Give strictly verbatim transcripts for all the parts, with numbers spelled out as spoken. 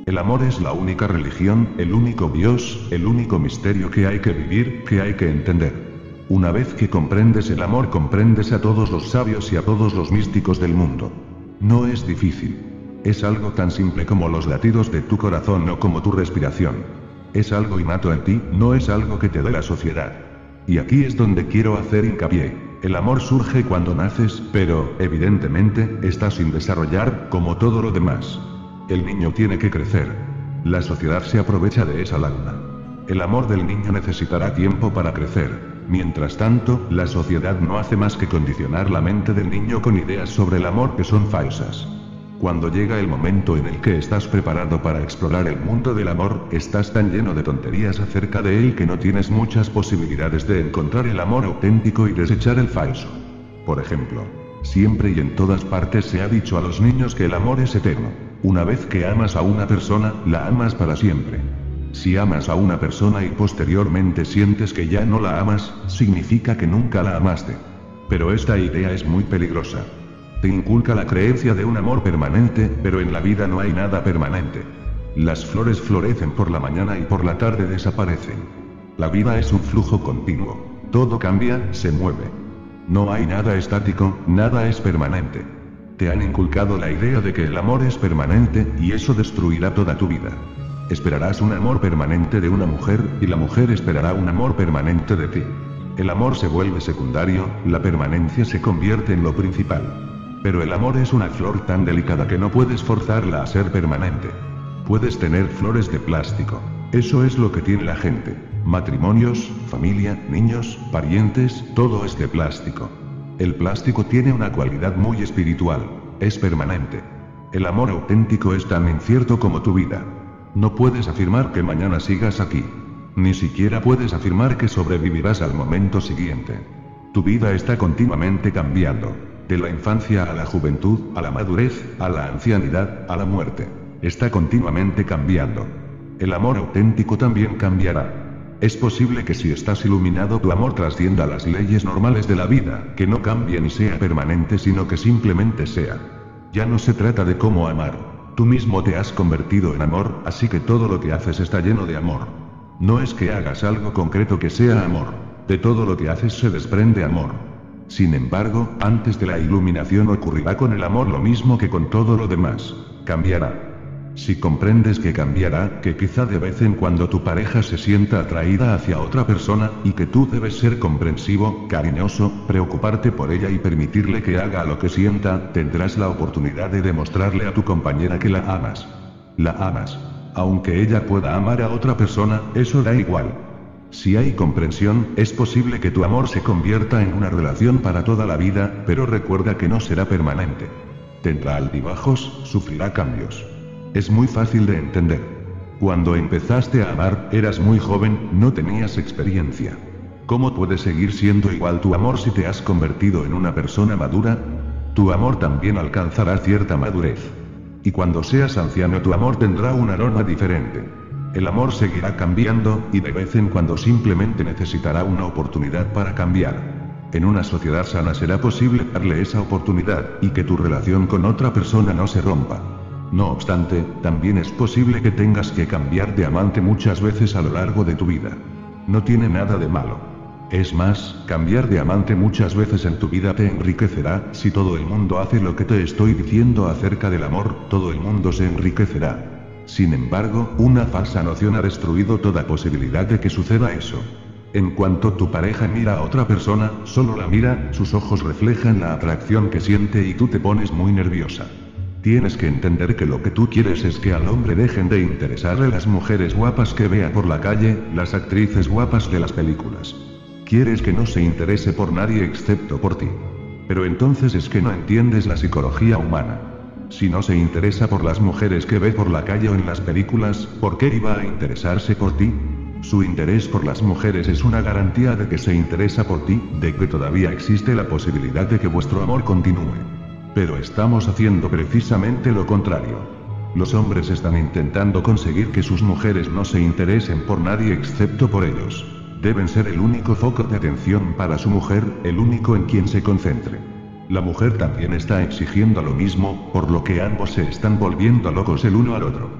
El amor es la única religión, el único Dios, el único misterio que hay que vivir, que hay que entender. Una vez que comprendes el amor, comprendes a todos los sabios y a todos los místicos del mundo. No es difícil. Es algo tan simple como los latidos de tu corazón o como tu respiración. Es algo innato en ti, no es algo que te dé la sociedad. Y aquí es donde quiero hacer hincapié. El amor surge cuando naces, pero, evidentemente, está sin desarrollar, como todo lo demás. El niño tiene que crecer. La sociedad se aprovecha de esa laguna. El amor del niño necesitará tiempo para crecer. Mientras tanto, la sociedad no hace más que condicionar la mente del niño con ideas sobre el amor que son falsas. Cuando llega el momento en el que estás preparado para explorar el mundo del amor, estás tan lleno de tonterías acerca de él que no tienes muchas posibilidades de encontrar el amor auténtico y desechar el falso. Por ejemplo, siempre y en todas partes se ha dicho a los niños que el amor es eterno. Una vez que amas a una persona, la amas para siempre. Si amas a una persona y posteriormente sientes que ya no la amas, significa que nunca la amaste. Pero esta idea es muy peligrosa. Te inculca la creencia de un amor permanente, pero en la vida no hay nada permanente. Las flores florecen por la mañana y por la tarde desaparecen. La vida es un flujo continuo. Todo cambia, se mueve. No hay nada estático, nada es permanente. Te han inculcado la idea de que el amor es permanente, y eso destruirá toda tu vida. Esperarás un amor permanente de una mujer, y la mujer esperará un amor permanente de ti. El amor se vuelve secundario, la permanencia se convierte en lo principal. Pero el amor es una flor tan delicada que no puedes forzarla a ser permanente. Puedes tener flores de plástico. Eso es lo que tiene la gente. Matrimonios, familia, niños, parientes, todo es de plástico. El plástico tiene una cualidad muy espiritual. Es permanente. El amor auténtico es tan incierto como tu vida. No puedes afirmar que mañana sigas aquí. Ni siquiera puedes afirmar que sobrevivirás al momento siguiente. Tu vida está continuamente cambiando. De la infancia a la juventud, a la madurez, a la ancianidad, a la muerte. Está continuamente cambiando. El amor auténtico también cambiará. Es posible que si estás iluminado tu amor trascienda las leyes normales de la vida, que no cambie ni sea permanente sino que simplemente sea. Ya no se trata de cómo amar. Tú mismo te has convertido en amor, así que todo lo que haces está lleno de amor. No es que hagas algo concreto que sea amor. De todo lo que haces se desprende amor. Sin embargo, antes de la iluminación ocurrirá con el amor lo mismo que con todo lo demás. Cambiará. Si comprendes que cambiará, que quizá de vez en cuando tu pareja se sienta atraída hacia otra persona, y que tú debes ser comprensivo, cariñoso, preocuparte por ella y permitirle que haga lo que sienta, tendrás la oportunidad de demostrarle a tu compañera que la amas. La amas. Aunque ella pueda amar a otra persona, eso da igual. Si hay comprensión, es posible que tu amor se convierta en una relación para toda la vida, pero recuerda que no será permanente. Tendrá altibajos, sufrirá cambios. Es muy fácil de entender. Cuando empezaste a amar, eras muy joven, no tenías experiencia. ¿Cómo puede seguir siendo igual tu amor si te has convertido en una persona madura? Tu amor también alcanzará cierta madurez. Y cuando seas anciano tu amor tendrá un aroma diferente. El amor seguirá cambiando, y de vez en cuando simplemente necesitará una oportunidad para cambiar. En una sociedad sana será posible darle esa oportunidad, y que tu relación con otra persona no se rompa. No obstante, también es posible que tengas que cambiar de amante muchas veces a lo largo de tu vida. No tiene nada de malo. Es más, cambiar de amante muchas veces en tu vida te enriquecerá. Si todo el mundo hace lo que te estoy diciendo acerca del amor, todo el mundo se enriquecerá. Sin embargo, una falsa noción ha destruido toda posibilidad de que suceda eso. En cuanto tu pareja mira a otra persona, solo la mira, sus ojos reflejan la atracción que siente y tú te pones muy nerviosa. Tienes que entender que lo que tú quieres es que al hombre dejen de interesarle las mujeres guapas que vea por la calle, las actrices guapas de las películas. Quieres que no se interese por nadie excepto por ti. Pero entonces es que no entiendes la psicología humana. Si no se interesa por las mujeres que ve por la calle o en las películas, ¿por qué iba a interesarse por ti? Su interés por las mujeres es una garantía de que se interesa por ti, de que todavía existe la posibilidad de que vuestro amor continúe. Pero estamos haciendo precisamente lo contrario. Los hombres están intentando conseguir que sus mujeres no se interesen por nadie excepto por ellos. Deben ser el único foco de atención para su mujer, el único en quien se concentre. La mujer también está exigiendo lo mismo, por lo que ambos se están volviendo locos el uno al otro.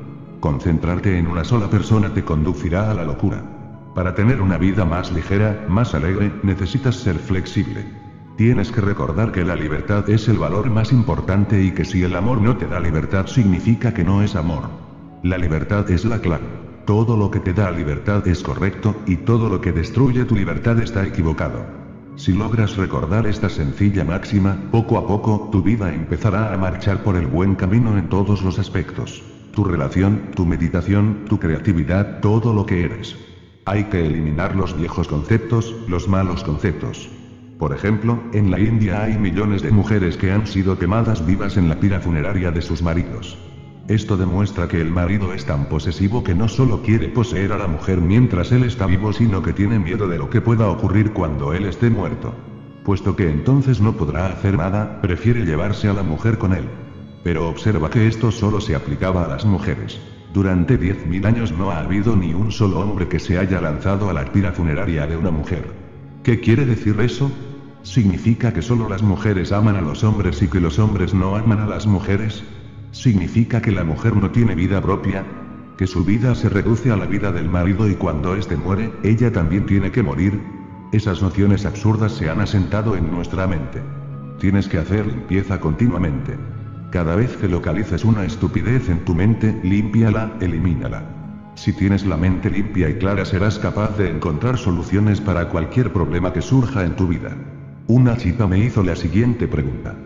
Concentrarte en una sola persona te conducirá a la locura. Para tener una vida más ligera, más alegre, necesitas ser flexible. Tienes que recordar que la libertad es el valor más importante y que si el amor no te da libertad significa que no es amor. La libertad es la clave. Todo lo que te da libertad es correcto, y todo lo que destruye tu libertad está equivocado. Si logras recordar esta sencilla máxima, poco a poco, tu vida empezará a marchar por el buen camino en todos los aspectos. Tu relación, tu meditación, tu creatividad, todo lo que eres. Hay que eliminar los viejos conceptos, los malos conceptos. Por ejemplo, en la India hay millones de mujeres que han sido quemadas vivas en la pira funeraria de sus maridos. Esto demuestra que el marido es tan posesivo que no solo quiere poseer a la mujer mientras él está vivo, sino que tiene miedo de lo que pueda ocurrir cuando él esté muerto. Puesto que entonces no podrá hacer nada, prefiere llevarse a la mujer con él. Pero observa que esto solo se aplicaba a las mujeres. Durante diez mil años no ha habido ni un solo hombre que se haya lanzado a la pira funeraria de una mujer. ¿Qué quiere decir eso? ¿Significa que solo las mujeres aman a los hombres y que los hombres no aman a las mujeres? ¿Significa que la mujer no tiene vida propia? ¿Que su vida se reduce a la vida del marido y cuando éste muere, ella también tiene que morir? Esas nociones absurdas se han asentado en nuestra mente. Tienes que hacer limpieza continuamente. Cada vez que localices una estupidez en tu mente, límpiala, elimínala. Si tienes la mente limpia y clara serás capaz de encontrar soluciones para cualquier problema que surja en tu vida. Una chica me hizo la siguiente pregunta.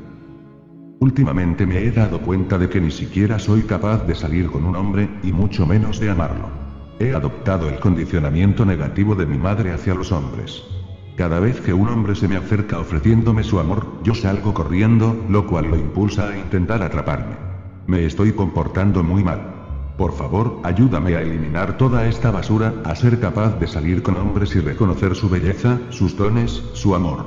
Últimamente me he dado cuenta de que ni siquiera soy capaz de salir con un hombre, y mucho menos de amarlo. He adoptado el condicionamiento negativo de mi madre hacia los hombres. Cada vez que un hombre se me acerca ofreciéndome su amor, yo salgo corriendo, lo cual lo impulsa a intentar atraparme. Me estoy comportando muy mal. Por favor, ayúdame a eliminar toda esta basura, a ser capaz de salir con hombres y reconocer su belleza, sus dones, su amor.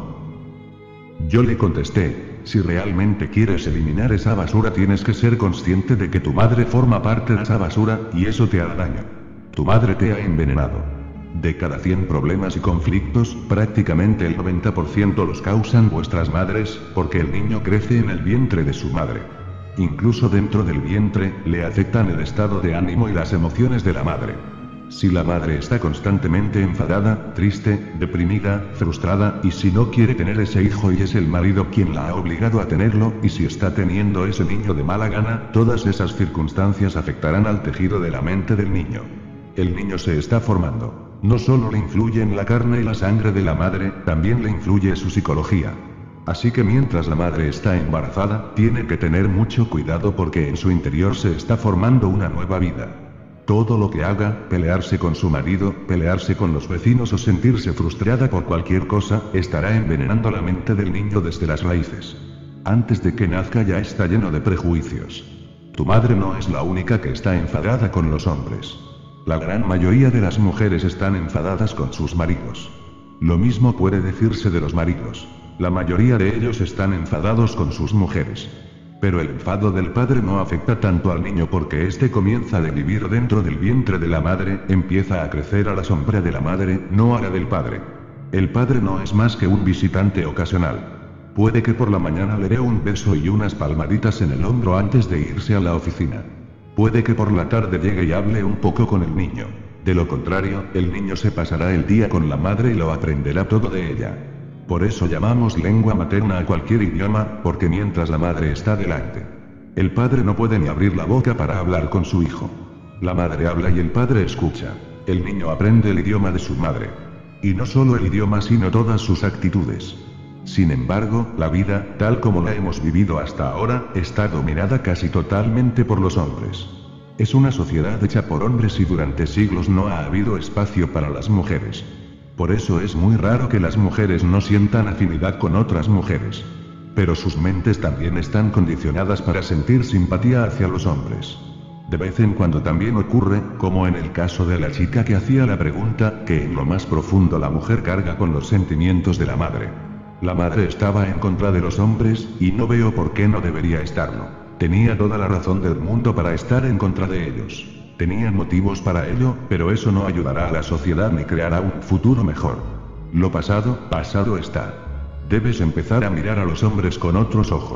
Yo le contesté, si realmente quieres eliminar esa basura tienes que ser consciente de que tu madre forma parte de esa basura, y eso te hará daño. Tu madre te ha envenenado. De cada cien problemas y conflictos, prácticamente el noventa por ciento los causan vuestras madres, porque el niño crece en el vientre de su madre. Incluso dentro del vientre, le afectan el estado de ánimo y las emociones de la madre. Si la madre está constantemente enfadada, triste, deprimida, frustrada, y si no quiere tener ese hijo y es el marido quien la ha obligado a tenerlo, y si está teniendo ese niño de mala gana, todas esas circunstancias afectarán al tejido de la mente del niño. El niño se está formando. No solo le influye en la carne y la sangre de la madre, también le influye su psicología. Así que mientras la madre está embarazada, tiene que tener mucho cuidado porque en su interior se está formando una nueva vida. Todo lo que haga, pelearse con su marido, pelearse con los vecinos o sentirse frustrada por cualquier cosa, estará envenenando la mente del niño desde las raíces. Antes de que nazca ya está lleno de prejuicios. Tu madre no es la única que está enfadada con los hombres. La gran mayoría de las mujeres están enfadadas con sus maridos. Lo mismo puede decirse de los maridos. La mayoría de ellos están enfadados con sus mujeres. Pero el enfado del padre no afecta tanto al niño porque éste comienza a vivir dentro del vientre de la madre, empieza a crecer a la sombra de la madre, no a la del padre. El padre no es más que un visitante ocasional. Puede que por la mañana le dé un beso y unas palmaditas en el hombro antes de irse a la oficina. Puede que por la tarde llegue y hable un poco con el niño. De lo contrario, el niño se pasará el día con la madre y lo aprenderá todo de ella. Por eso llamamos lengua materna a cualquier idioma, porque mientras la madre está delante, el padre no puede ni abrir la boca para hablar con su hijo. La madre habla y el padre escucha. El niño aprende el idioma de su madre. Y no solo el idioma sino todas sus actitudes. Sin embargo, la vida, tal como la hemos vivido hasta ahora, está dominada casi totalmente por los hombres. Es una sociedad hecha por hombres y durante siglos no ha habido espacio para las mujeres. Por eso es muy raro que las mujeres no sientan afinidad con otras mujeres. Pero sus mentes también están condicionadas para sentir simpatía hacia los hombres. De vez en cuando también ocurre, como en el caso de la chica que hacía la pregunta, que en lo más profundo la mujer carga con los sentimientos de la madre. La madre estaba en contra de los hombres, y no veo por qué no debería estarlo. Tenía toda la razón del mundo para estar en contra de ellos. Tenían motivos para ello, pero eso no ayudará a la sociedad ni creará un futuro mejor. Lo pasado, pasado está. Debes empezar a mirar a los hombres con otros ojos.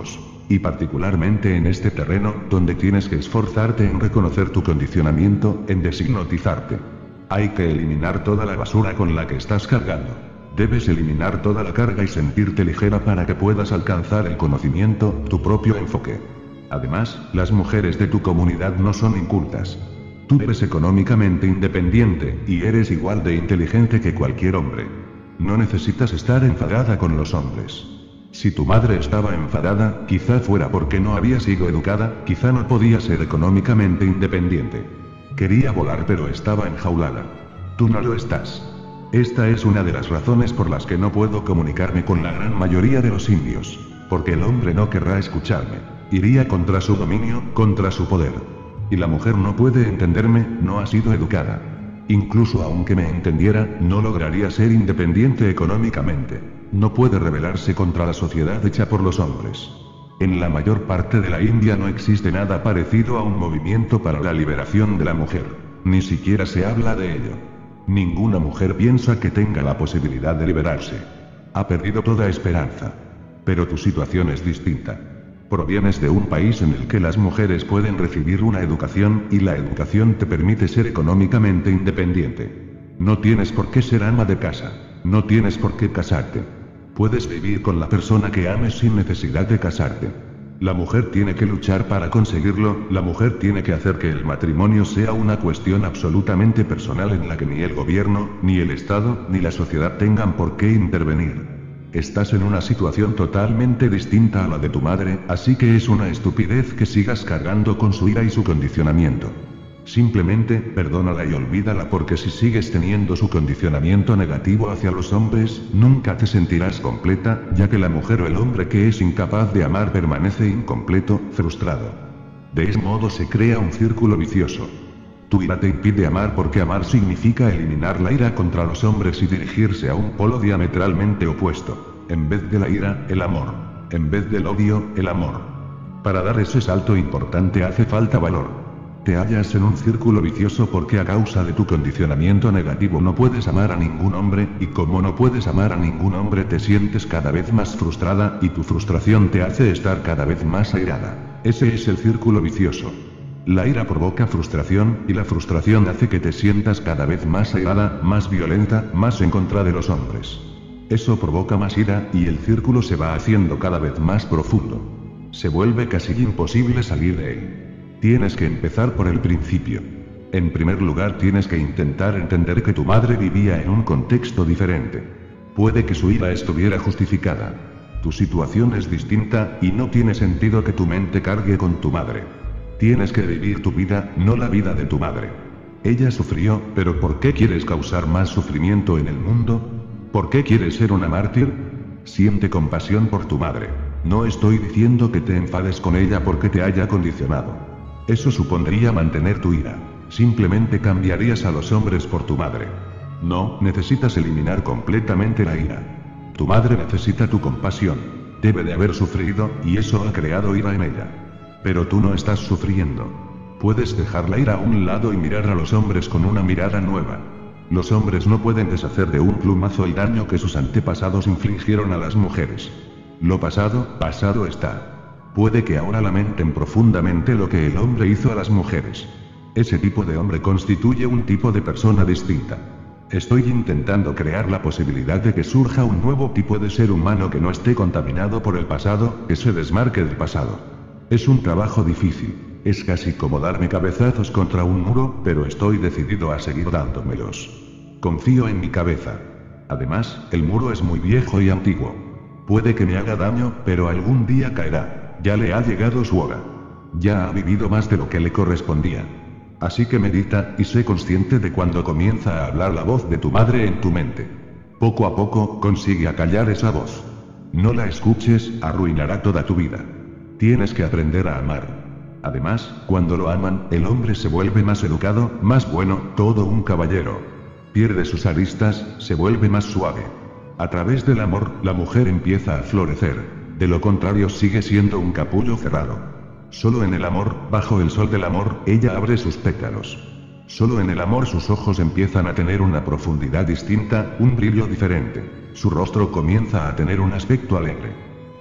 Y particularmente en este terreno, donde tienes que esforzarte en reconocer tu condicionamiento, en deshipnotizarte. Hay que eliminar toda la basura con la que estás cargando. Debes eliminar toda la carga y sentirte ligera para que puedas alcanzar el conocimiento, tu propio enfoque. Además, las mujeres de tu comunidad no son incultas. Tú eres económicamente independiente, y eres igual de inteligente que cualquier hombre. No necesitas estar enfadada con los hombres. Si tu madre estaba enfadada, quizá fuera porque no había sido educada, quizá no podía ser económicamente independiente. Quería volar pero estaba enjaulada. Tú no lo estás. Esta es una de las razones por las que no puedo comunicarme con la gran mayoría de los indios. Porque el hombre no querrá escucharme. Iría contra su dominio, contra su poder. Y la mujer no puede entenderme, no ha sido educada. Incluso aunque me entendiera, no lograría ser independiente económicamente. No puede rebelarse contra la sociedad hecha por los hombres. En la mayor parte de la India no existe nada parecido a un movimiento para la liberación de la mujer. Ni siquiera se habla de ello. Ninguna mujer piensa que tenga la posibilidad de liberarse. Ha perdido toda esperanza. Pero tu situación es distinta. Provienes de un país en el que las mujeres pueden recibir una educación, y la educación te permite ser económicamente independiente. No tienes por qué ser ama de casa. No tienes por qué casarte. Puedes vivir con la persona que ames sin necesidad de casarte. La mujer tiene que luchar para conseguirlo, la mujer tiene que hacer que el matrimonio sea una cuestión absolutamente personal en la que ni el gobierno, ni el Estado, ni la sociedad tengan por qué intervenir. Estás en una situación totalmente distinta a la de tu madre, así que es una estupidez que sigas cargando con su ira y su condicionamiento. Simplemente, perdónala y olvídala porque si sigues teniendo su condicionamiento negativo hacia los hombres, nunca te sentirás completa, ya que la mujer o el hombre que es incapaz de amar permanece incompleto, frustrado. De ese modo se crea un círculo vicioso. Tu ira te impide amar porque amar significa eliminar la ira contra los hombres y dirigirse a un polo diametralmente opuesto. En vez de la ira, el amor. En vez del odio, el amor. Para dar ese salto importante hace falta valor. Te hallas en un círculo vicioso porque a causa de tu condicionamiento negativo no puedes amar a ningún hombre, y como no puedes amar a ningún hombre te sientes cada vez más frustrada, y tu frustración te hace estar cada vez más airada. Ese es el círculo vicioso. La ira provoca frustración, y la frustración hace que te sientas cada vez más airada, más violenta, más en contra de los hombres. Eso provoca más ira, y el círculo se va haciendo cada vez más profundo. Se vuelve casi imposible salir de él. Tienes que empezar por el principio. En primer lugar tienes que intentar entender que tu madre vivía en un contexto diferente. Puede que su ira estuviera justificada. Tu situación es distinta, y no tiene sentido que tu mente cargue con tu madre. Tienes que vivir tu vida, no la vida de tu madre. Ella sufrió, pero ¿por qué quieres causar más sufrimiento en el mundo? ¿Por qué quieres ser una mártir? Siente compasión por tu madre. No estoy diciendo que te enfades con ella porque te haya condicionado. Eso supondría mantener tu ira. Simplemente cambiarías a los hombres por tu madre. No, necesitas eliminar completamente la ira. Tu madre necesita tu compasión. Debe de haber sufrido, y eso ha creado ira en ella. Pero tú no estás sufriendo. Puedes dejar la ira a un lado y mirar a los hombres con una mirada nueva. Los hombres no pueden deshacer de un plumazo el daño que sus antepasados infligieron a las mujeres. Lo pasado, pasado está. Puede que ahora lamenten profundamente lo que el hombre hizo a las mujeres. Ese tipo de hombre constituye un tipo de persona distinta. Estoy intentando crear la posibilidad de que surja un nuevo tipo de ser humano que no esté contaminado por el pasado, que se desmarque del pasado. Es un trabajo difícil. Es casi como darme cabezazos contra un muro, pero estoy decidido a seguir dándomelos. Confío en mi cabeza. Además, el muro es muy viejo y antiguo. Puede que me haga daño, pero algún día caerá. Ya le ha llegado su hora. Ya ha vivido más de lo que le correspondía. Así que medita, y sé consciente de cuando comienza a hablar la voz de tu madre en tu mente. Poco a poco, consigue acallar esa voz. No la escuches, arruinará toda tu vida. Tienes que aprender a amar. Además, cuando lo aman, el hombre se vuelve más educado, más bueno, todo un caballero. Pierde sus aristas, se vuelve más suave. A través del amor, la mujer empieza a florecer. De lo contrario sigue siendo un capullo cerrado. Solo en el amor, bajo el sol del amor, ella abre sus pétalos. Solo en el amor sus ojos empiezan a tener una profundidad distinta, un brillo diferente. Su rostro comienza a tener un aspecto alegre.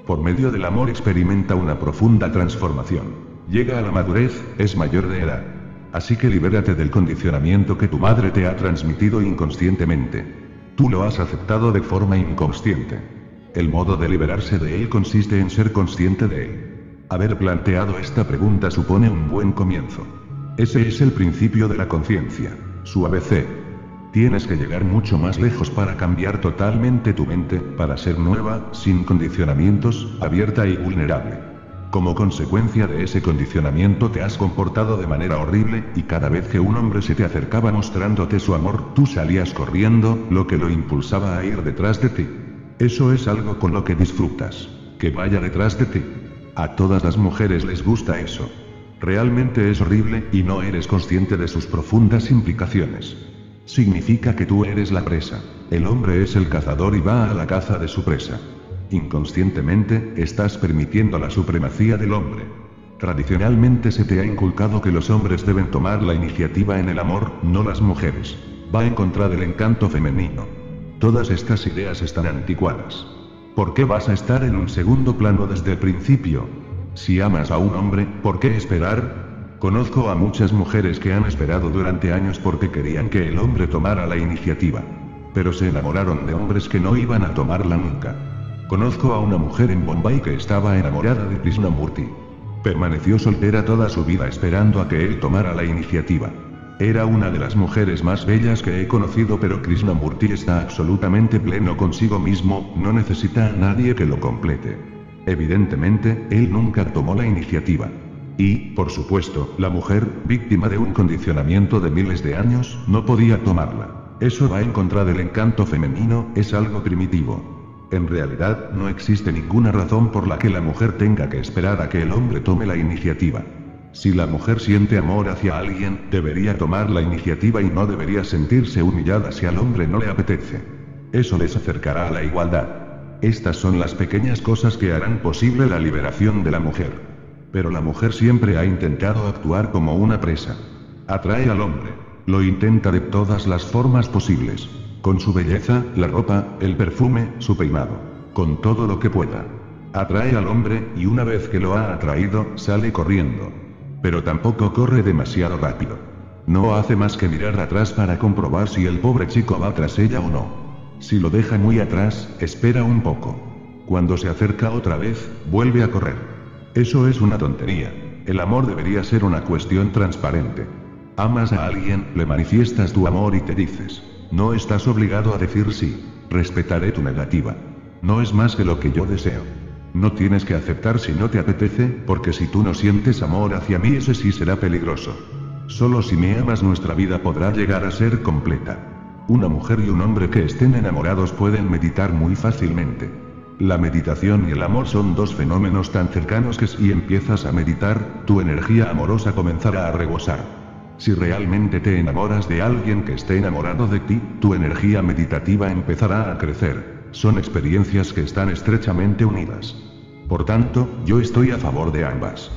Por medio del amor experimenta una profunda transformación. Llega a la madurez, es mayor de edad. Así que libérate del condicionamiento que tu madre te ha transmitido inconscientemente. Tú lo has aceptado de forma inconsciente. El modo de liberarse de él consiste en ser consciente de él. Haber planteado esta pregunta supone un buen comienzo. Ese es el principio de la conciencia, su A B C. Tienes que llegar mucho más lejos para cambiar totalmente tu mente, para ser nueva, sin condicionamientos, abierta y vulnerable. Como consecuencia de ese condicionamiento te has comportado de manera horrible, y cada vez que un hombre se te acercaba mostrándote su amor, tú salías corriendo, lo que lo impulsaba a ir detrás de ti. Eso es algo con lo que disfrutas. Que vaya detrás de ti. A todas las mujeres les gusta eso. Realmente es horrible, y no eres consciente de sus profundas implicaciones. Significa que tú eres la presa. El hombre es el cazador y va a la caza de su presa. Inconscientemente, estás permitiendo la supremacía del hombre. Tradicionalmente se te ha inculcado que los hombres deben tomar la iniciativa en el amor, no las mujeres. Va en contra del encanto femenino. Todas estas ideas están anticuadas. ¿Por qué vas a estar en un segundo plano desde el principio? Si amas a un hombre, ¿por qué esperar? Conozco a muchas mujeres que han esperado durante años porque querían que el hombre tomara la iniciativa. Pero se enamoraron de hombres que no iban a tomarla nunca. Conozco a una mujer en Bombay que estaba enamorada de Krishnamurti. Permaneció soltera toda su vida esperando a que él tomara la iniciativa. Era una de las mujeres más bellas que he conocido, pero Krishnamurti está absolutamente pleno consigo mismo, no necesita a nadie que lo complete. Evidentemente, él nunca tomó la iniciativa. Y, por supuesto, la mujer, víctima de un condicionamiento de miles de años, no podía tomarla. Eso va en contra del encanto femenino, es algo primitivo. En realidad, no existe ninguna razón por la que la mujer tenga que esperar a que el hombre tome la iniciativa. Si la mujer siente amor hacia alguien, debería tomar la iniciativa y no debería sentirse humillada si al hombre no le apetece. Eso les acercará a la igualdad. Estas son las pequeñas cosas que harán posible la liberación de la mujer. Pero la mujer siempre ha intentado actuar como una presa. Atrae al hombre. Lo intenta de todas las formas posibles. Con su belleza, la ropa, el perfume, su peinado. Con todo lo que pueda. Atrae al hombre, y una vez que lo ha atraído, sale corriendo. Pero tampoco corre demasiado rápido. No hace más que mirar atrás para comprobar si el pobre chico va tras ella o no. Si lo deja muy atrás, espera un poco. Cuando se acerca otra vez, vuelve a correr. Eso es una tontería. El amor debería ser una cuestión transparente. Amas a alguien, le manifiestas tu amor y te dices. No estás obligado a decir sí. Respetaré tu negativa. No es más que lo que yo deseo. No tienes que aceptar si no te apetece, porque si tú no sientes amor hacia mí, ese sí será peligroso. Solo si me amas nuestra vida podrá llegar a ser completa. Una mujer y un hombre que estén enamorados pueden meditar muy fácilmente. La meditación y el amor son dos fenómenos tan cercanos que si empiezas a meditar, tu energía amorosa comenzará a rebosar. Si realmente te enamoras de alguien que esté enamorado de ti, tu energía meditativa empezará a crecer. Son experiencias que están estrechamente unidas. Por tanto, yo estoy a favor de ambas.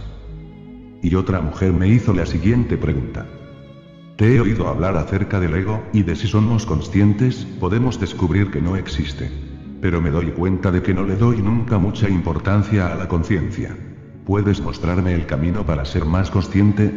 Y otra mujer me hizo la siguiente pregunta. Te he oído hablar acerca del ego, y de si somos conscientes, podemos descubrir que no existe. Pero me doy cuenta de que no le doy nunca mucha importancia a la conciencia. ¿Puedes mostrarme el camino para ser más consciente?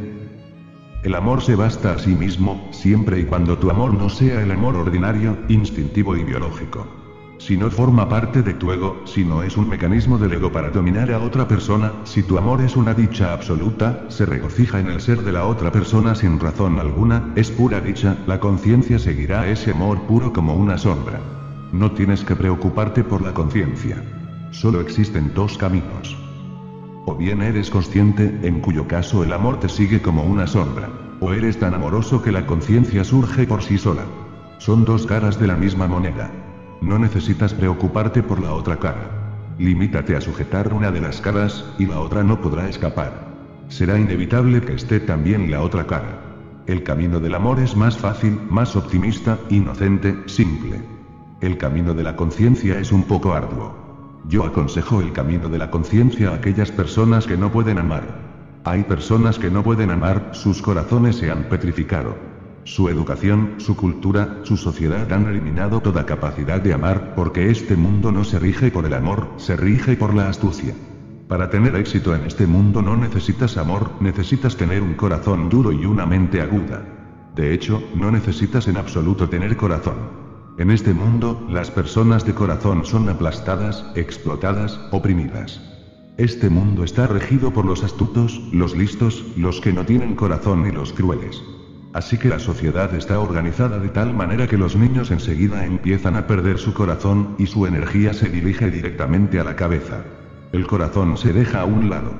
El amor se basta a sí mismo, siempre y cuando tu amor no sea el amor ordinario, instintivo y biológico. Si no forma parte de tu ego, si no es un mecanismo del ego para dominar a otra persona, si tu amor es una dicha absoluta, se regocija en el ser de la otra persona sin razón alguna, es pura dicha, la conciencia seguirá ese amor puro como una sombra. No tienes que preocuparte por la conciencia. Solo existen dos caminos. O bien eres consciente, en cuyo caso el amor te sigue como una sombra. O eres tan amoroso que la conciencia surge por sí sola. Son dos caras de la misma moneda. No necesitas preocuparte por la otra cara. Limítate a sujetar una de las caras, y la otra no podrá escapar. Será inevitable que esté también la otra cara. El camino del amor es más fácil, más optimista, inocente, simple. El camino de la conciencia es un poco arduo. Yo aconsejo el camino de la conciencia a aquellas personas que no pueden amar. Hay personas que no pueden amar, sus corazones se han petrificado. Su educación, su cultura, su sociedad han eliminado toda capacidad de amar, porque este mundo no se rige por el amor, se rige por la astucia. Para tener éxito en este mundo no necesitas amor, necesitas tener un corazón duro y una mente aguda. De hecho, no necesitas en absoluto tener corazón. En este mundo, las personas de corazón son aplastadas, explotadas, oprimidas. Este mundo está regido por los astutos, los listos, los que no tienen corazón y los crueles. Así que la sociedad está organizada de tal manera que los niños enseguida empiezan a perder su corazón, y su energía se dirige directamente a la cabeza. El corazón se deja a un lado.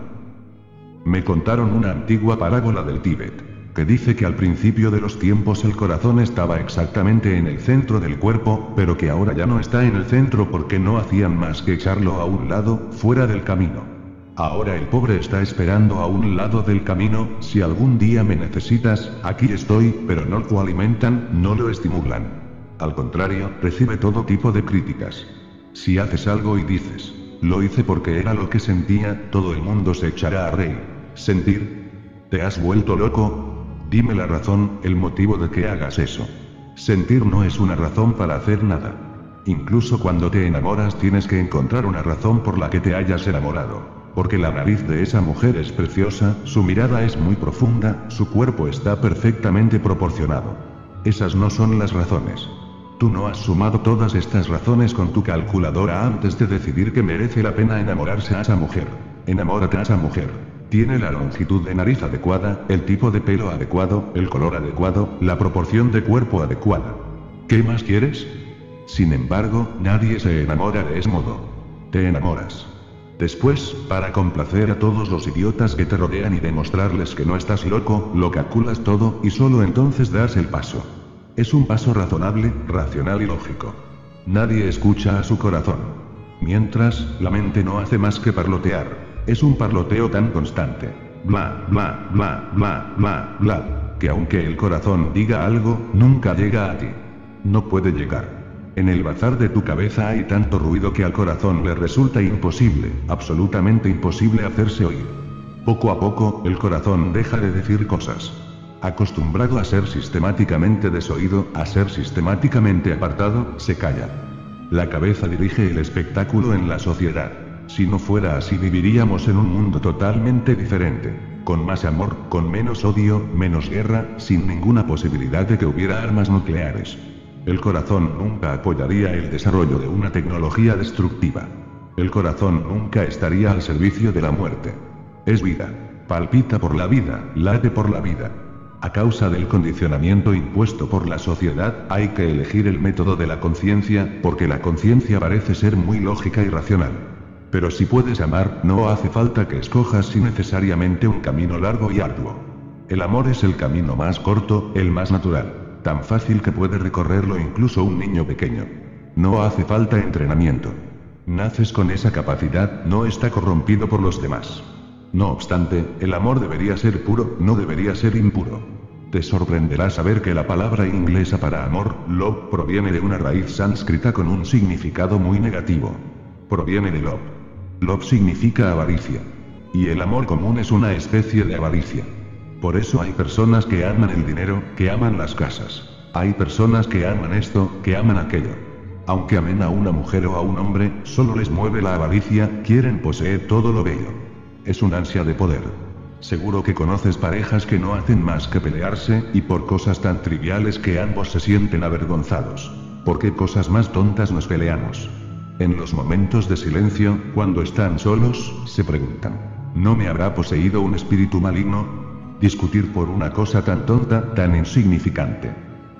Me contaron una antigua parábola del Tíbet, que dice que al principio de los tiempos el corazón estaba exactamente en el centro del cuerpo, pero que ahora ya no está en el centro porque no hacían más que echarlo a un lado, fuera del camino. Ahora el pobre está esperando a un lado del camino, si algún día me necesitas, aquí estoy, pero no lo alimentan, no lo estimulan. Al contrario, recibe todo tipo de críticas. Si haces algo y dices, lo hice porque era lo que sentía, todo el mundo se echará a reír. ¿Sentir? ¿Te has vuelto loco? Dime la razón, el motivo de que hagas eso. Sentir no es una razón para hacer nada. Incluso cuando te enamoras tienes que encontrar una razón por la que te hayas enamorado. Porque la nariz de esa mujer es preciosa, su mirada es muy profunda, su cuerpo está perfectamente proporcionado. Esas no son las razones. Tú no has sumado todas estas razones con tu calculadora antes de decidir que merece la pena enamorarse a esa mujer. Enamórate a esa mujer. Tiene la longitud de nariz adecuada, el tipo de pelo adecuado, el color adecuado, la proporción de cuerpo adecuada. ¿Qué más quieres? Sin embargo, nadie se enamora de ese modo. Te enamoras. Después, para complacer a todos los idiotas que te rodean y demostrarles que no estás loco, lo calculas todo, y solo entonces das el paso. Es un paso razonable, racional y lógico. Nadie escucha a su corazón. Mientras, la mente no hace más que parlotear. Es un parloteo tan constante. Bla, bla, bla, bla, bla, bla, que aunque el corazón diga algo, nunca llega a ti. No puede llegar. En el bazar de tu cabeza hay tanto ruido que al corazón le resulta imposible, absolutamente imposible hacerse oír. Poco a poco, el corazón deja de decir cosas. Acostumbrado a ser sistemáticamente desoído, a ser sistemáticamente apartado, se calla. La cabeza dirige el espectáculo en la sociedad. Si no fuera así viviríamos en un mundo totalmente diferente. Con más amor, con menos odio, menos guerra, sin ninguna posibilidad de que hubiera armas nucleares. El corazón nunca apoyaría el desarrollo de una tecnología destructiva. El corazón nunca estaría al servicio de la muerte. Es vida. Palpita por la vida, late por la vida. A causa del condicionamiento impuesto por la sociedad, hay que elegir el método de la conciencia, porque la conciencia parece ser muy lógica y racional. Pero si puedes amar, no hace falta que escojas innecesariamente un camino largo y arduo. El amor es el camino más corto, el más natural. Tan fácil que puede recorrerlo incluso un niño pequeño. No hace falta entrenamiento. Naces con esa capacidad, no está corrompido por los demás. No obstante, el amor debería ser puro, no debería ser impuro. Te sorprenderá saber que la palabra inglesa para amor, love, proviene de una raíz sánscrita con un significado muy negativo. Proviene de love. Love significa avaricia. Y el amor común es una especie de avaricia. Por eso hay personas que aman el dinero, que aman las casas. Hay personas que aman esto, que aman aquello. Aunque amen a una mujer o a un hombre, solo les mueve la avaricia, quieren poseer todo lo bello. Es un ansia de poder. Seguro que conoces parejas que no hacen más que pelearse, y por cosas tan triviales que ambos se sienten avergonzados. ¿Por qué cosas más tontas nos peleamos? En los momentos de silencio, cuando están solos, se preguntan, ¿no me habrá poseído un espíritu maligno? Discutir por una cosa tan tonta, tan insignificante.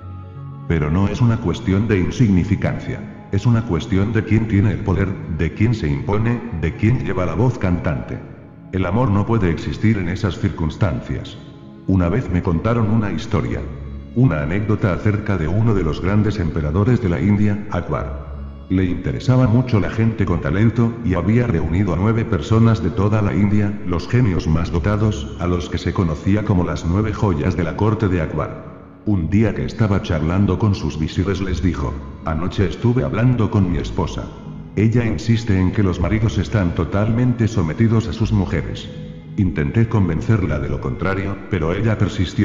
Pero no es una cuestión de insignificancia. Es una cuestión de quién tiene el poder, de quién se impone, de quién lleva la voz cantante. El amor no puede existir en esas circunstancias. Una vez me contaron una historia. Una anécdota acerca de uno de los grandes emperadores de la India, Akbar. Le interesaba mucho la gente con talento, y había reunido a nueve personas de toda la India, los genios más dotados, a los que se conocía como las nueve joyas de la corte de Akbar. Un día que estaba charlando con sus visires les dijo, anoche estuve hablando con mi esposa. Ella insiste en que los maridos están totalmente sometidos a sus mujeres. Intenté convencerla de lo contrario, pero ella persistió.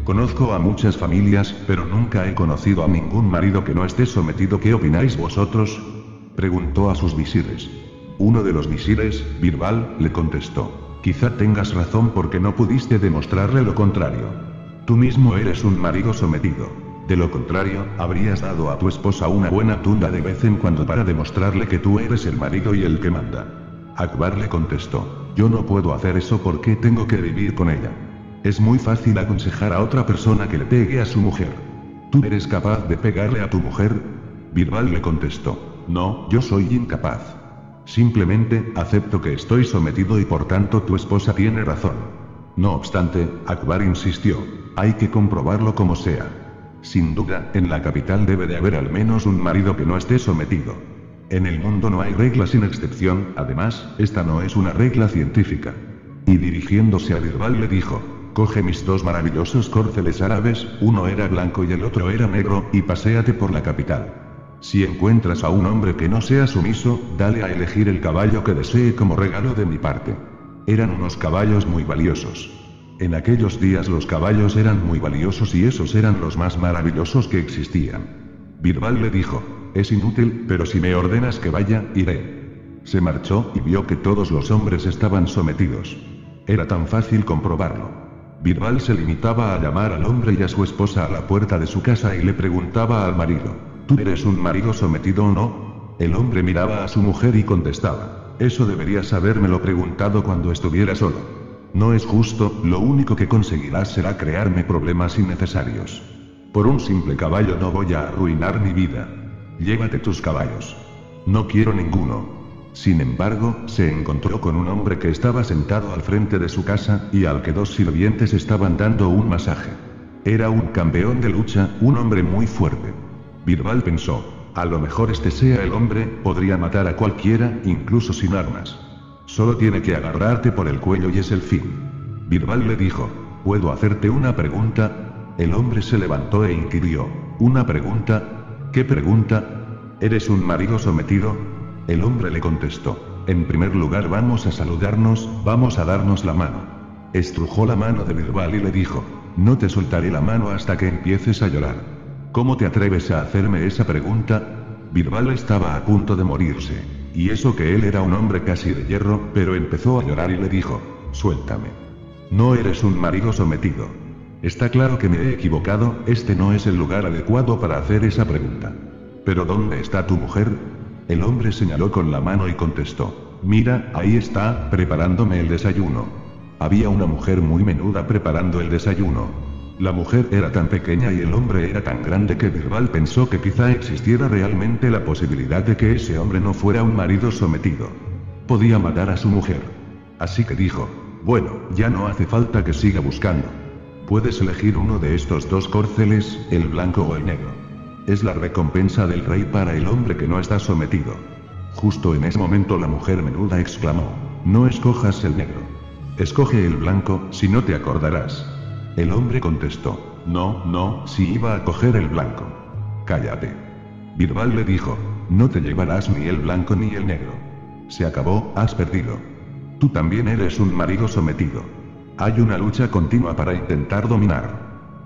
Conozco a muchas familias, pero nunca he conocido a ningún marido que no esté sometido. ¿Qué opináis vosotros?, preguntó a sus visires. Uno de los visires, Birbal, le contestó: quizá tengas razón porque no pudiste demostrarle lo contrario. Tú mismo eres un marido sometido. De lo contrario, habrías dado a tu esposa una buena tunda de vez en cuando para demostrarle que tú eres el marido y el que manda. Akbar le contestó: yo no puedo hacer eso porque tengo que vivir con ella. Es muy fácil aconsejar a otra persona que le pegue a su mujer. ¿Tú eres capaz de pegarle a tu mujer? Birbal le contestó: no, yo soy incapaz. Simplemente, acepto que estoy sometido y por tanto tu esposa tiene razón. No obstante, Akbar insistió: hay que comprobarlo como sea. Sin duda, en la capital debe de haber al menos un marido que no esté sometido. En el mundo no hay regla sin excepción, además, esta no es una regla científica. Y dirigiéndose a Birbal le dijo: coge mis dos maravillosos corceles árabes, uno era blanco y el otro era negro, y paséate por la capital. Si encuentras a un hombre que no sea sumiso, dale a elegir el caballo que desee como regalo de mi parte. Eran unos caballos muy valiosos. En aquellos días los caballos eran muy valiosos y esos eran los más maravillosos que existían. Birbal le dijo: es inútil, pero si me ordenas que vaya, iré. Se marchó y vio que todos los hombres estaban sometidos. Era tan fácil comprobarlo. Birbal se limitaba a llamar al hombre y a su esposa a la puerta de su casa y le preguntaba al marido: ¿tú eres un marido sometido o no? El hombre miraba a su mujer y contestaba: eso deberías habérmelo preguntado cuando estuviera solo. No es justo, lo único que conseguirás será crearme problemas innecesarios. Por un simple caballo no voy a arruinar mi vida. Llévate tus caballos. No quiero ninguno. Sin embargo, se encontró con un hombre que estaba sentado al frente de su casa, y al que dos sirvientes estaban dando un masaje. Era un campeón de lucha, un hombre muy fuerte. Birbal pensó: a lo mejor este sea el hombre, podría matar a cualquiera, incluso sin armas. Solo tiene que agarrarte por el cuello y es el fin. Birbal le dijo: ¿puedo hacerte una pregunta? El hombre se levantó e inquirió: ¿una pregunta? ¿Qué pregunta? ¿Eres un marido sometido? El hombre le contestó: en primer lugar vamos a saludarnos, vamos a darnos la mano. Estrujó la mano de Birbal y le dijo: no te soltaré la mano hasta que empieces a llorar. ¿Cómo te atreves a hacerme esa pregunta? Birbal estaba a punto de morirse. Y eso que él era un hombre casi de hierro, pero empezó a llorar y le dijo: suéltame. No eres un marido sometido. Está claro que me he equivocado, este no es el lugar adecuado para hacer esa pregunta. ¿Pero dónde está tu mujer? El hombre señaló con la mano y contestó: mira, ahí está, preparándome el desayuno. Había una mujer muy menuda preparando el desayuno. La mujer era tan pequeña y el hombre era tan grande que Birbal pensó que quizá existiera realmente la posibilidad de que ese hombre no fuera un marido sometido. Podía matar a su mujer. Así que dijo: bueno, ya no hace falta que siga buscando. Puedes elegir uno de estos dos corceles, el blanco o el negro. Es la recompensa del rey para el hombre que no está sometido. Justo en ese momento la mujer menuda exclamó: no escojas el negro. Escoge el blanco, si no te acordarás. El hombre contestó: no, no, si iba a coger el blanco. Cállate. Birbal le dijo: no te llevarás ni el blanco ni el negro. Se acabó, has perdido. Tú también eres un marido sometido. Hay una lucha continua para intentar dominar.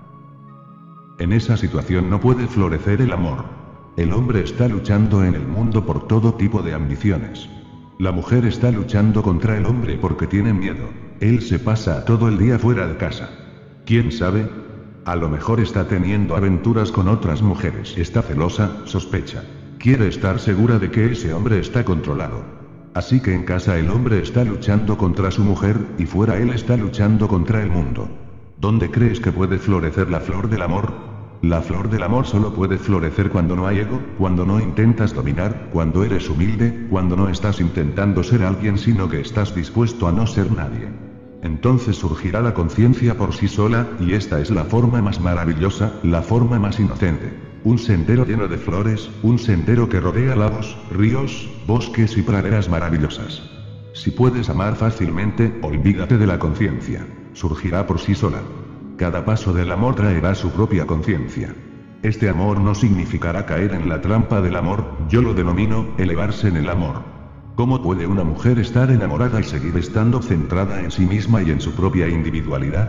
En esa situación no puede florecer el amor. El hombre está luchando en el mundo por todo tipo de ambiciones. La mujer está luchando contra el hombre porque tiene miedo. Él se pasa todo el día fuera de casa. ¿Quién sabe? A lo mejor está teniendo aventuras con otras mujeres. Está celosa, sospecha. Quiere estar segura de que ese hombre está controlado. Así que en casa el hombre está luchando contra su mujer, y fuera él está luchando contra el mundo. ¿Dónde crees que puede florecer la flor del amor? La flor del amor solo puede florecer cuando no hay ego, cuando no intentas dominar, cuando eres humilde, cuando no estás intentando ser alguien sino que estás dispuesto a no ser nadie. Entonces surgirá la conciencia por sí sola, y esta es la forma más maravillosa, la forma más inocente. Un sendero lleno de flores, un sendero que rodea lagos, ríos, bosques y praderas maravillosas. Si puedes amar fácilmente, olvídate de la conciencia. Surgirá por sí sola. Cada paso del amor traerá su propia conciencia. Este amor no significará caer en la trampa del amor, yo lo denomino, elevarse en el amor. ¿Cómo puede una mujer estar enamorada y seguir estando centrada en sí misma y en su propia individualidad?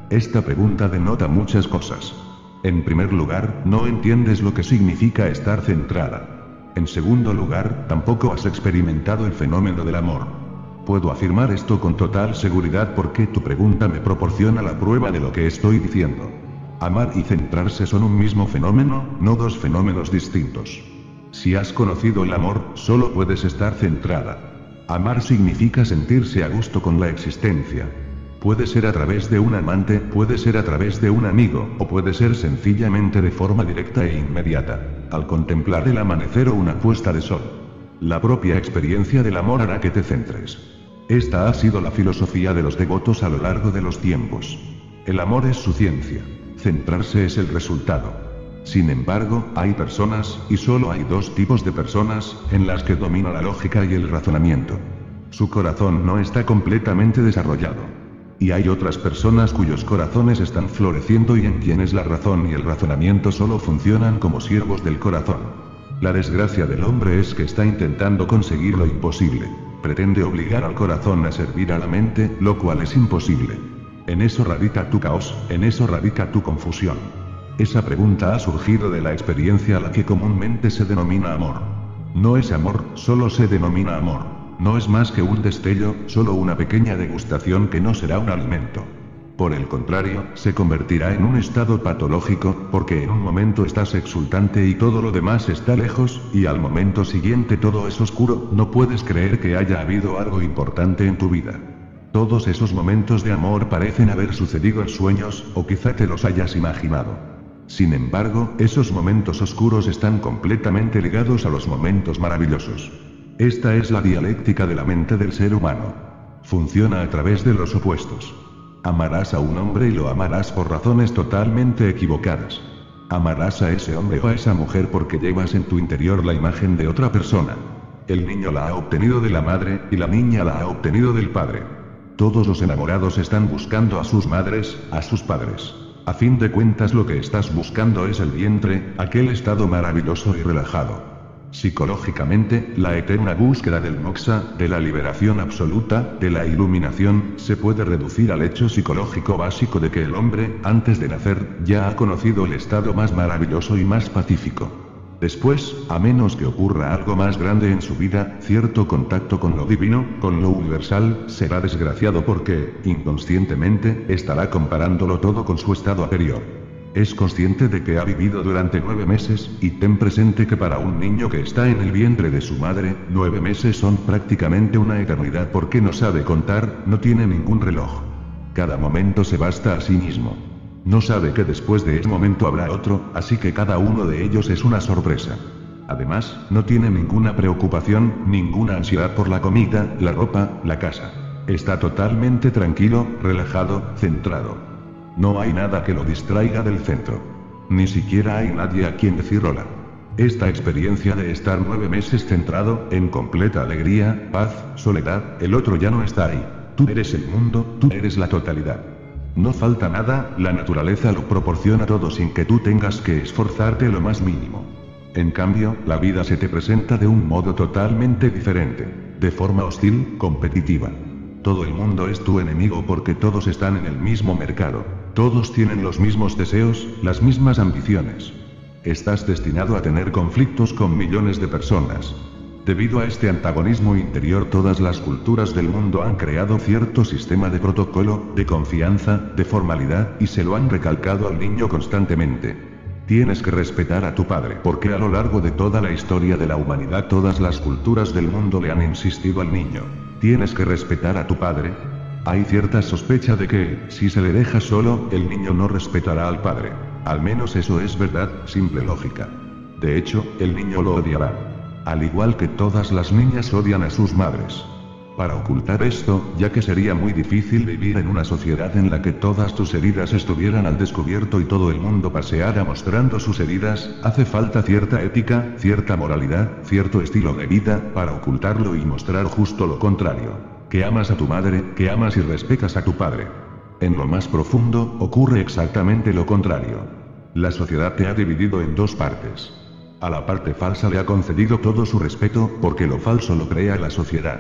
Esta pregunta denota muchas cosas. En primer lugar, no entiendes lo que significa estar centrada. En segundo lugar, tampoco has experimentado el fenómeno del amor. Puedo afirmar esto con total seguridad porque tu pregunta me proporciona la prueba de lo que estoy diciendo. Amar y centrarse son un mismo fenómeno, no dos fenómenos distintos. Si has conocido el amor, solo puedes estar centrada. Amar significa sentirse a gusto con la existencia. Puede ser a través de un amante, puede ser a través de un amigo, o puede ser sencillamente de forma directa e inmediata, al contemplar el amanecer o una puesta de sol. La propia experiencia del amor hará que te centres. Esta ha sido la filosofía de los devotos a lo largo de los tiempos. El amor es su ciencia. Centrarse es el resultado. Sin embargo, hay personas, y solo hay dos tipos de personas, en las que domina la lógica y el razonamiento. Su corazón no está completamente desarrollado. Y hay otras personas cuyos corazones están floreciendo y en quienes la razón y el razonamiento solo funcionan como siervos del corazón. La desgracia del hombre es que está intentando conseguir lo imposible. Pretende obligar al corazón a servir a la mente, lo cual es imposible. En eso radica tu caos, en eso radica tu confusión. Esa pregunta ha surgido de la experiencia a la que comúnmente se denomina amor. No es amor, solo se denomina amor. No es más que un destello, solo una pequeña degustación que no será un alimento. Por el contrario, se convertirá en un estado patológico, porque en un momento estás exultante y todo lo demás está lejos, y al momento siguiente todo es oscuro, no puedes creer que haya habido algo importante en tu vida. Todos esos momentos de amor parecen haber sucedido en sueños, o quizá te los hayas imaginado. Sin embargo, esos momentos oscuros están completamente ligados a los momentos maravillosos. Esta es la dialéctica de la mente del ser humano. Funciona a través de los opuestos. Amarás a un hombre y lo amarás por razones totalmente equivocadas. Amarás a ese hombre o a esa mujer porque llevas en tu interior la imagen de otra persona. El niño la ha obtenido de la madre, y la niña la ha obtenido del padre. Todos los enamorados están buscando a sus madres, a sus padres. A fin de cuentas lo que estás buscando es el vientre, aquel estado maravilloso y relajado. Psicológicamente, la eterna búsqueda del moksha, de la liberación absoluta, de la iluminación, se puede reducir al hecho psicológico básico de que el hombre, antes de nacer, ya ha conocido el estado más maravilloso y más pacífico. Después, a menos que ocurra algo más grande en su vida, cierto contacto con lo divino, con lo universal, será desgraciado porque, inconscientemente, estará comparándolo todo con su estado anterior. Es consciente de que ha vivido durante nueve meses, y ten presente que para un niño que está en el vientre de su madre, nueve meses son prácticamente una eternidad porque no sabe contar, no tiene ningún reloj. Cada momento se basta a sí mismo. No sabe que después de ese momento habrá otro, así que cada uno de ellos es una sorpresa. Además, no tiene ninguna preocupación, ninguna ansiedad por la comida, la ropa, la casa. Está totalmente tranquilo, relajado, centrado. No hay nada que lo distraiga del centro. Ni siquiera hay nadie a quien decir hola. Esta experiencia de estar nueve meses centrado, en completa alegría, paz, soledad, el otro ya no está ahí. Tú eres el mundo, tú eres la totalidad. No falta nada, la naturaleza lo proporciona todo sin que tú tengas que esforzarte lo más mínimo. En cambio, la vida se te presenta de un modo totalmente diferente, de forma hostil, competitiva. Todo el mundo es tu enemigo porque todos están en el mismo mercado, todos tienen los mismos deseos, las mismas ambiciones. Estás destinado a tener conflictos con millones de personas. Debido a este antagonismo interior, todas las culturas del mundo han creado cierto sistema de protocolo, de confianza, de formalidad, y se lo han recalcado al niño constantemente. Tienes que respetar a tu padre porque a lo largo de toda la historia de la humanidad todas las culturas del mundo le han insistido al niño. Tienes que respetar a tu padre. Hay cierta sospecha de que, si se le deja solo, el niño no respetará al padre. Al menos eso es verdad, simple lógica. De hecho, el niño lo odiará. Al igual que todas las niñas odian a sus madres. Para ocultar esto, ya que sería muy difícil vivir en una sociedad en la que todas tus heridas estuvieran al descubierto y todo el mundo paseara mostrando sus heridas, hace falta cierta ética, cierta moralidad, cierto estilo de vida, para ocultarlo y mostrar justo lo contrario. Que amas a tu madre, que amas y respetas a tu padre. En lo más profundo, ocurre exactamente lo contrario. La sociedad te ha dividido en dos partes. A la parte falsa le ha concedido todo su respeto, porque lo falso lo crea la sociedad.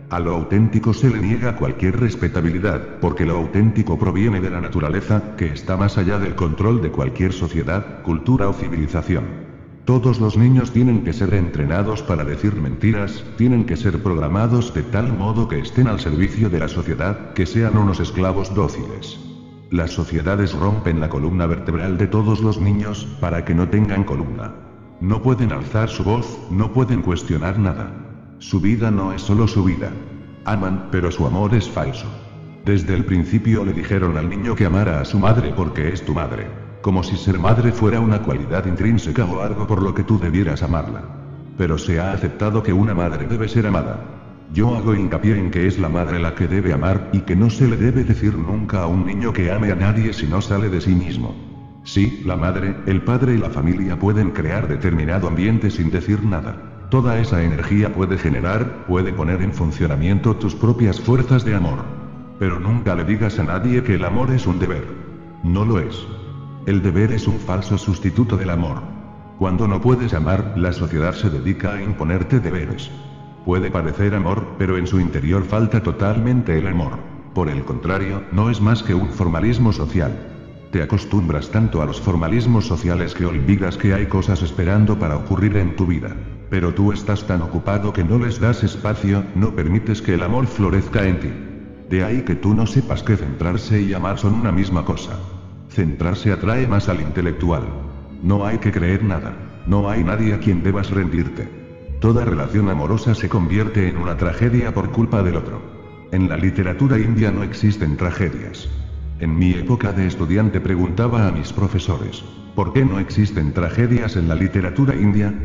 A lo auténtico se le niega cualquier respetabilidad, porque lo auténtico proviene de la naturaleza, que está más allá del control de cualquier sociedad, cultura o civilización. Todos los niños tienen que ser entrenados para decir mentiras, tienen que ser programados de tal modo que estén al servicio de la sociedad, que sean unos esclavos dóciles. Las sociedades rompen la columna vertebral de todos los niños, para que no tengan columna. No pueden alzar su voz, no pueden cuestionar nada. Su vida no es solo su vida. Aman, pero su amor es falso. Desde el principio le dijeron al niño que amara a su madre porque es tu madre. Como si ser madre fuera una cualidad intrínseca o algo por lo que tú debieras amarla. Pero se ha aceptado que una madre debe ser amada. Yo hago hincapié en que es la madre la que debe amar, y que no se le debe decir nunca a un niño que ame a nadie si no sale de sí mismo. Sí, la madre, el padre y la familia pueden crear determinado ambiente sin decir nada. Toda esa energía puede generar, puede poner en funcionamiento tus propias fuerzas de amor. Pero nunca le digas a nadie que el amor es un deber. No lo es. El deber es un falso sustituto del amor. Cuando no puedes amar, la sociedad se dedica a imponerte deberes. Puede parecer amor, pero en su interior falta totalmente el amor. Por el contrario, no es más que un formalismo social. Te acostumbras tanto a los formalismos sociales que olvidas que hay cosas esperando para ocurrir en tu vida. Pero tú estás tan ocupado que no les das espacio, no permites que el amor florezca en ti. De ahí que tú no sepas que centrarse y amar son una misma cosa. Centrarse atrae más al intelectual. No hay que creer nada. No hay nadie a quien debas rendirte. Toda relación amorosa se convierte en una tragedia por culpa del otro. En la literatura india no existen tragedias. En mi época de estudiante preguntaba a mis profesores, ¿por qué no existen tragedias en la literatura india?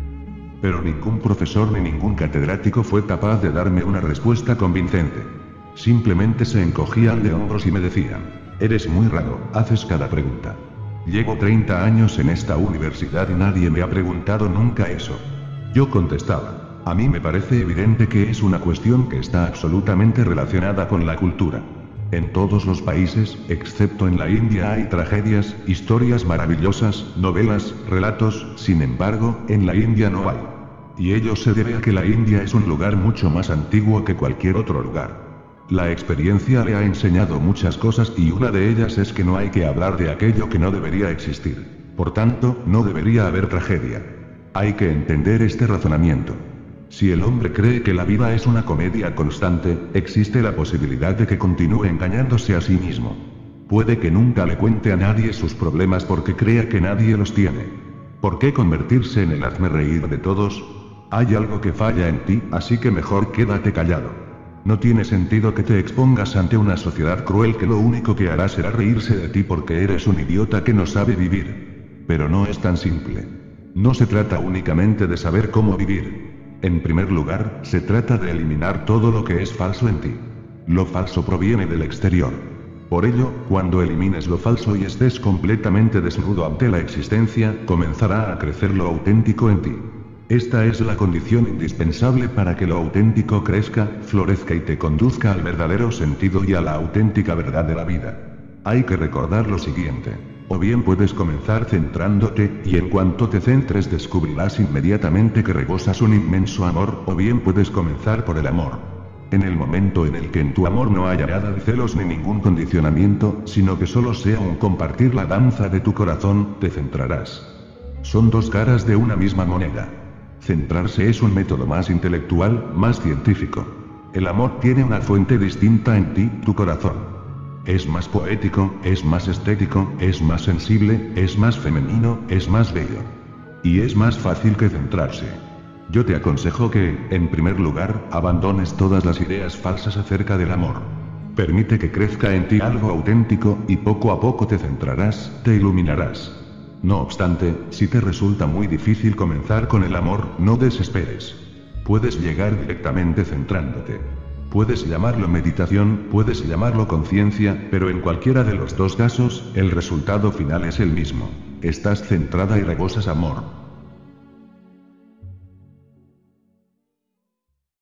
Pero ningún profesor ni ningún catedrático fue capaz de darme una respuesta convincente. Simplemente se encogían de hombros y me decían, eres muy raro, haces cada pregunta. Llevo treinta años en esta universidad y nadie me ha preguntado nunca eso. Yo contestaba, a mí me parece evidente que es una cuestión que está absolutamente relacionada con la cultura. En todos los países, excepto en la India, hay tragedias, historias maravillosas, novelas, relatos, sin embargo, en la India no hay. Y ello se debe a que la India es un lugar mucho más antiguo que cualquier otro lugar. La experiencia le ha enseñado muchas cosas y una de ellas es que no hay que hablar de aquello que no debería existir. Por tanto, no debería haber tragedia. Hay que entender este razonamiento. Si el hombre cree que la vida es una comedia constante, existe la posibilidad de que continúe engañándose a sí mismo. Puede que nunca le cuente a nadie sus problemas porque crea que nadie los tiene. ¿Por qué convertirse en el hazmerreír de todos? Hay algo que falla en ti, así que mejor quédate callado. No tiene sentido que te expongas ante una sociedad cruel que lo único que hará será reírse de ti porque eres un idiota que no sabe vivir. Pero no es tan simple. No se trata únicamente de saber cómo vivir. En primer lugar, se trata de eliminar todo lo que es falso en ti. Lo falso proviene del exterior. Por ello, cuando elimines lo falso y estés completamente desnudo ante la existencia, comenzará a crecer lo auténtico en ti. Esta es la condición indispensable para que lo auténtico crezca, florezca y te conduzca al verdadero sentido y a la auténtica verdad de la vida. Hay que recordar lo siguiente. O bien puedes comenzar centrándote, y en cuanto te centres descubrirás inmediatamente que rebosas un inmenso amor, o bien puedes comenzar por el amor. En el momento en el que en tu amor no haya nada de celos ni ningún condicionamiento, sino que solo sea un compartir la danza de tu corazón, te centrarás. Son dos caras de una misma moneda. Centrarse es un método más intelectual, más científico. El amor tiene una fuente distinta en ti, tu corazón. Es más poético, es más estético, es más sensible, es más femenino, es más bello. Y es más fácil que centrarse. Yo te aconsejo que, en primer lugar, abandones todas las ideas falsas acerca del amor. Permite que crezca en ti algo auténtico, y poco a poco te centrarás, te iluminarás. No obstante, si te resulta muy difícil comenzar con el amor, no desesperes. Puedes llegar directamente centrándote. Puedes llamarlo meditación, puedes llamarlo conciencia, pero en cualquiera de los dos casos, el resultado final es el mismo. Estás centrada y rebosas amor.